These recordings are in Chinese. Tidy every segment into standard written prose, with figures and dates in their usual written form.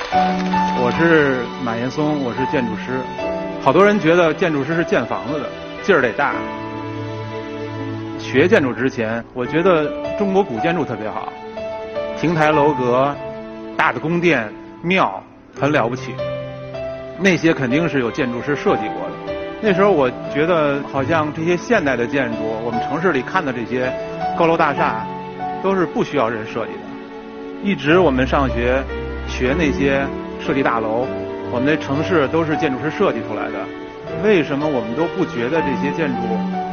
我是马岩松，我是建筑师。好多人觉得建筑师是建房子的，劲儿得大。学建筑之前，我觉得中国古建筑特别好，亭台楼阁、大的宫殿、庙很了不起，那些肯定是有建筑师设计过的。那时候我觉得好像这些现代的建筑，我们城市里看的这些高楼大厦，都是不需要人设计的。一直我们上学学那些设计大楼，我们的城市都是建筑师设计出来的。为什么我们都不觉得这些建筑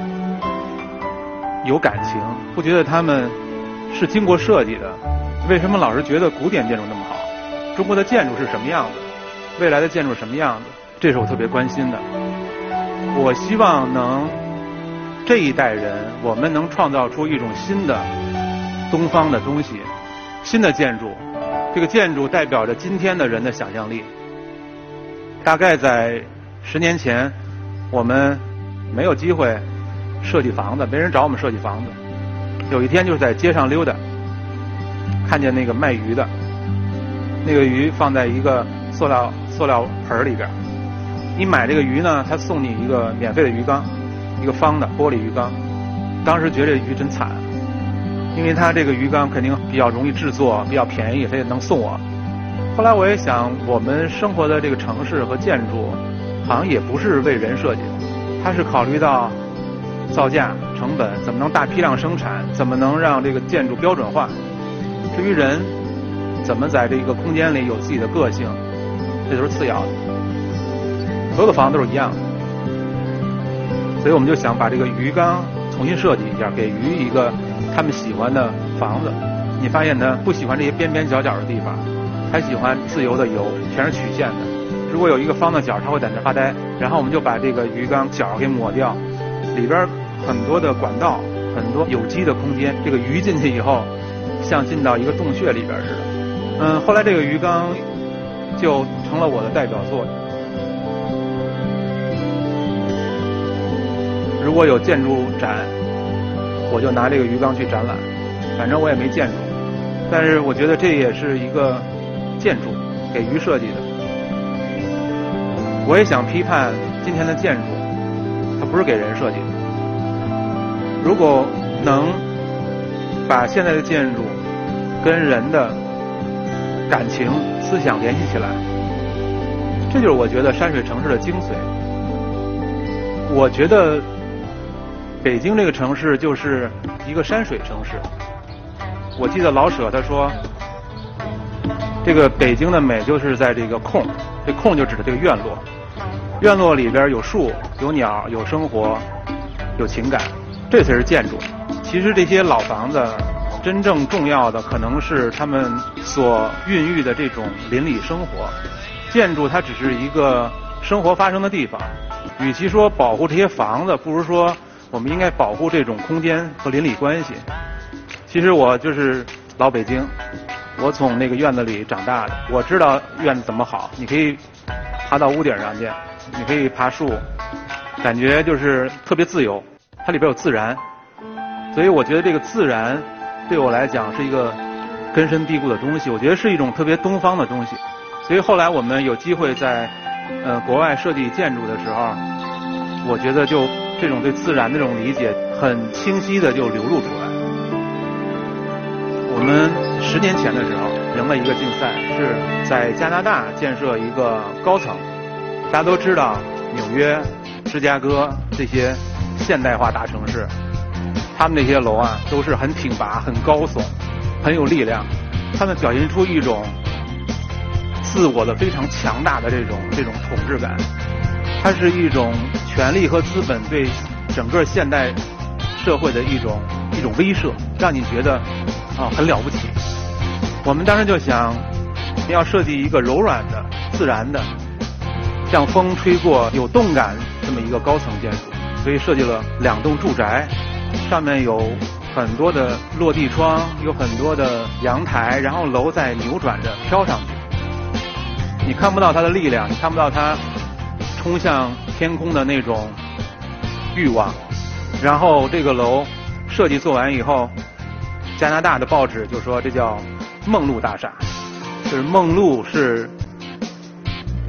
有感情，不觉得他们是经过设计的？为什么老是觉得古典建筑那么好？中国的建筑是什么样子？未来的建筑是什么样子？这是我特别关心的。我希望能这一代人，我们能创造出一种新的东方的东西，新的建筑。这个建筑代表着今天的人的想象力。大概在10年前，我们没有机会设计房子，没人找我们设计房子。有一天就是在街上溜达，看见那个卖鱼的，那个鱼放在一个塑料盆里边。你买这个鱼呢，他送你一个免费的鱼缸，一个方的玻璃鱼缸。当时觉得这鱼真惨，因为他这个鱼缸肯定比较容易制作，比较便宜，所以能送我。后来我也想，我们生活的这个城市和建筑，好像也不是为人设计的，它是考虑到造价、成本，怎么能大批量生产，怎么能让这个建筑标准化。至于人怎么在这个空间里有自己的个性，这都是次要的。所有的房子都是一样的，所以我们就想把这个鱼缸重新设计一下，给鱼一个他们喜欢的房子。你发现呢，不喜欢这些边边角角的地方，他喜欢自由的游，全是曲线的。如果有一个方的角，他会在那发呆。然后我们就把这个鱼缸角给抹掉，里边很多的管道，很多有机的空间。这个鱼进去以后，像进到一个洞穴里边似的。后来这个鱼缸就成了我的代表作。如果有建筑展，我就拿这个鱼缸去展览，反正我也没见过。但是我觉得这也是一个建筑，给鱼设计的。我也想批判今天的建筑，它不是给人设计的。如果能把现在的建筑跟人的感情、思想联系起来，这就是我觉得山水城市的精髓。我觉得北京这个城市就是一个山水城市。我记得老舍他说，这个北京的美就是在这个空，这空就指的这个院落，院落里边有树、有鸟、有生活、有情感，这才是建筑。其实这些老房子真正重要的可能是他们所孕育的这种邻里生活。建筑它只是一个生活发生的地方，与其说保护这些房子，不如说我们应该保护这种空间和邻里关系。其实我就是老北京，我从那个院子里长大的，我知道院子怎么好。你可以爬到屋顶上去，你可以爬树，感觉就是特别自由，它里边有自然。所以我觉得这个自然对我来讲是一个根深蒂固的东西，我觉得是一种特别东方的东西。所以后来我们有机会在国外设计建筑的时候，我觉得就这种对自然的这种理解很清晰的就流露出来。我们10年前的时候赢了一个竞赛，是在加拿大建设一个高层。大家都知道纽约、芝加哥这些现代化大城市，他们那些楼啊都是很挺拔、很高耸、很有力量，他们表现出一种自我的非常强大的这种统治感。它是一种权力和资本对整个现代社会的一种威慑，让你觉得很了不起。我们当时就想要设计一个柔软的、自然的，像风吹过有动感这么一个高层建筑，所以设计了2栋住宅，上面有很多的落地窗，有很多的阳台，然后楼在扭转着飘上去。你看不到它的力量，你看不到它冲向天空的那种欲望。然后这个楼设计做完以后，加拿大的报纸就说这叫梦露大厦，就是梦露是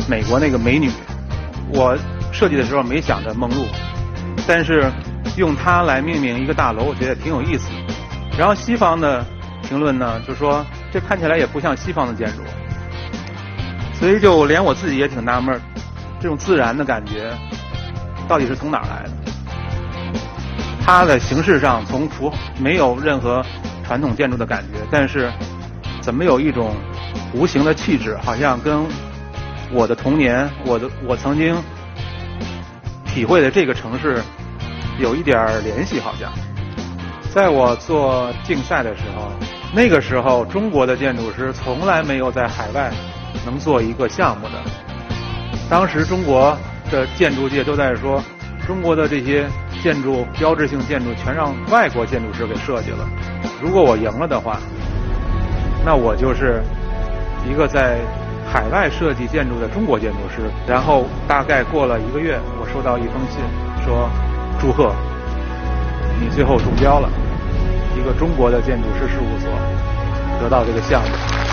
美国那个美女，我设计的时候没想着梦露，但是用它来命名一个大楼，我觉得挺有意思。然后西方的评论呢，就说这看起来也不像西方的建筑，所以就连我自己也挺纳闷，这种自然的感觉到底是从哪儿来的？它的形式上从没有任何传统建筑的感觉，但是怎么有一种无形的气质，好像跟我的童年，我曾经体会的这个城市有一点联系。好像在我做竞赛的时候，那个时候中国的建筑师从来没有在海外能做一个项目的。当时中国的建筑界都在说，中国的这些建筑标志性建筑全让外国建筑师给设计了。如果我赢了的话，那我就是一个在海外设计建筑的中国建筑师。然后大概过了1个月，我收到一封信，说祝贺你最后中标了，一个中国的建筑师事务所得到这个项目。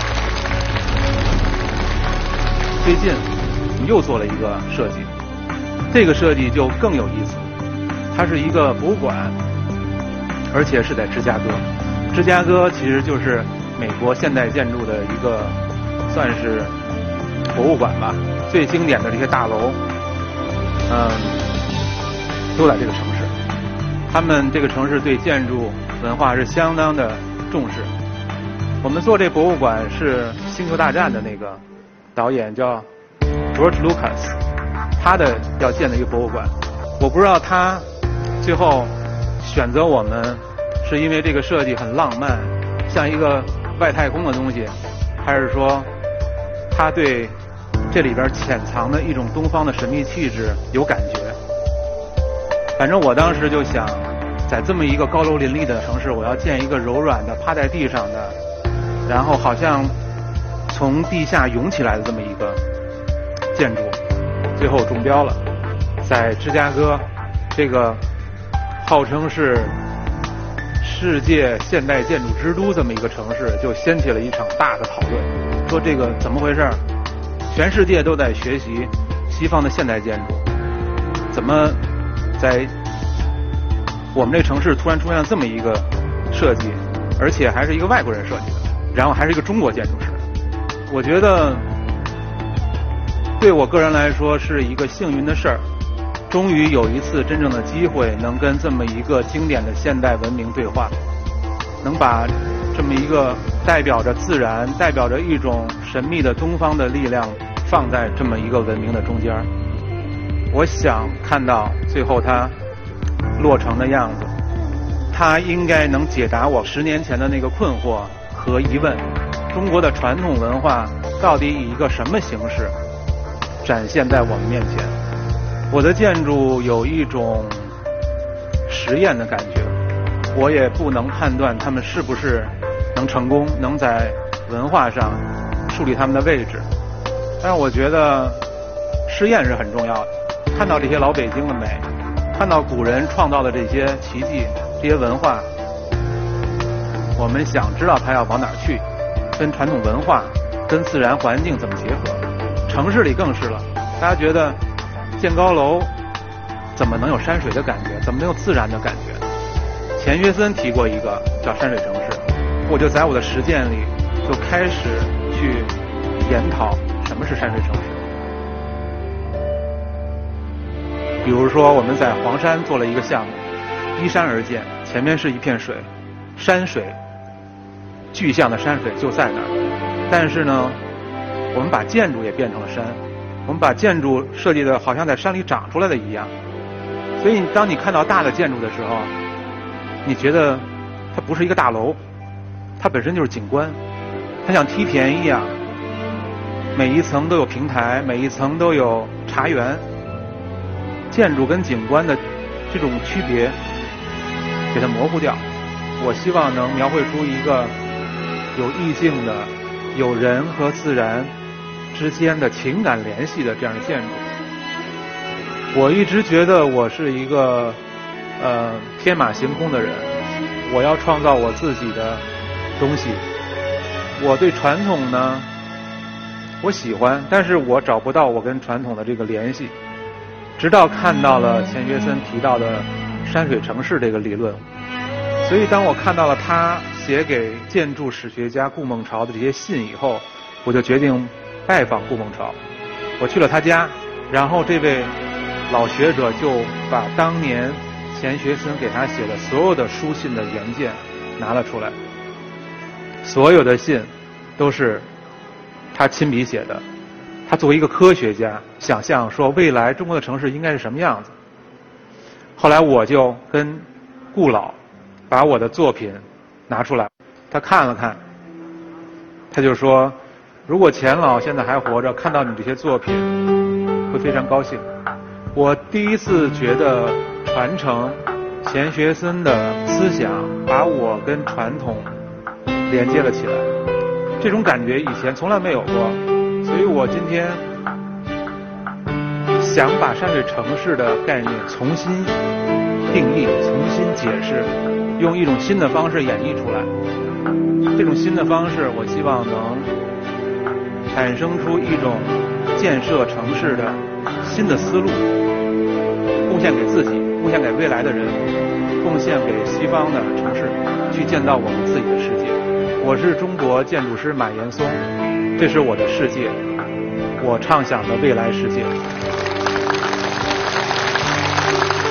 最近我们又做了一个设计，这个设计就更有意思，它是一个博物馆，而且是在芝加哥。芝加哥其实就是美国现代建筑的一个算是博物馆吧，最经典的这些大楼都在这个城市。他们这个城市对建筑文化是相当的重视。我们做这博物馆是星球大战的那个导演叫 George Lucas， 他的要建的一个博物馆。我不知道他最后选择我们是因为这个设计很浪漫，像一个外太空的东西，还是说他对这里边潜藏的一种东方的神秘气质有感觉。反正我当时就想，在这么一个高楼林立的城市，我要建一个柔软的趴在地上的，然后好像从地下涌起来的这么一个建筑。最后中标了，在芝加哥这个号称是世界现代建筑之都这么一个城市，就掀起了一场大的讨论，说这个怎么回事？全世界都在学习西方的现代建筑，怎么在我们这城市突然出现了这么一个设计，而且还是一个外国人设计的，然后还是一个中国建筑师。我觉得对我个人来说是一个幸运的事儿，终于有一次真正的机会能跟这么一个经典的现代文明对话，能把这么一个代表着自然、代表着一种神秘的东方的力量放在这么一个文明的中间。我想看到最后它落成的样子，它应该能解答我10年前的那个困惑和疑问：中国的传统文化到底以一个什么形式展现在我们面前？我的建筑有一种实验的感觉，我也不能判断他们是不是能成功，能在文化上树立他们的位置。但是我觉得试验是很重要的，看到这些老北京的美，看到古人创造的这些奇迹、这些文化，我们想知道它要往哪儿去，跟传统文化、跟自然环境怎么结合。城市里更是了，大家觉得建高楼怎么能有山水的感觉，怎么能有自然的感觉？钱学森提过一个叫山水城市，我就在我的实践里就开始去研讨什么是山水城市。比如说我们在黄山做了一个项目，依山而建，前面是一片水，山水具象的山水就在那儿，但是呢我们把建筑也变成了山，我们把建筑设计的好像在山里长出来的一样。所以当你看到大的建筑的时候，你觉得它不是一个大楼，它本身就是景观，它像梯田一样，每一层都有平台，每一层都有茶园。建筑跟景观的这种区别给它模糊掉，我希望能描绘出一个有意境的、有人和自然之间的情感联系的这样的建筑。我一直觉得我是一个天马行空的人，我要创造我自己的东西。我对传统呢， 我喜欢，但是我找不到我跟传统的这个联系。直到看到了钱学森提到的山水城市这个理论，所以当我看到了他写给建筑史学家顾孟潮的这些信以后，我就决定拜访顾孟潮。我去了他家，然后这位老学者就把当年钱学森给他写的所有的书信的原件拿了出来，所有的信都是他亲笔写的。他作为一个科学家，想象说未来中国的城市应该是什么样子。后来我就跟顾老把我的作品拿出来，他看了看，他就说，如果钱老现在还活着，看到你这些作品会非常高兴。我第一次觉得传承钱学森的思想，把我跟传统连接了起来，这种感觉以前从来没有过。所以我今天想把山水城市的概念重新定义、重新解释，用一种新的方式演绎出来。这种新的方式，我希望能产生出一种建设城市的新的思路，贡献给自己，贡献给未来的人，贡献给西方的城市，去建造我们自己的世界。我是中国建筑师马岩松，这是我的世界，我畅想的未来世界。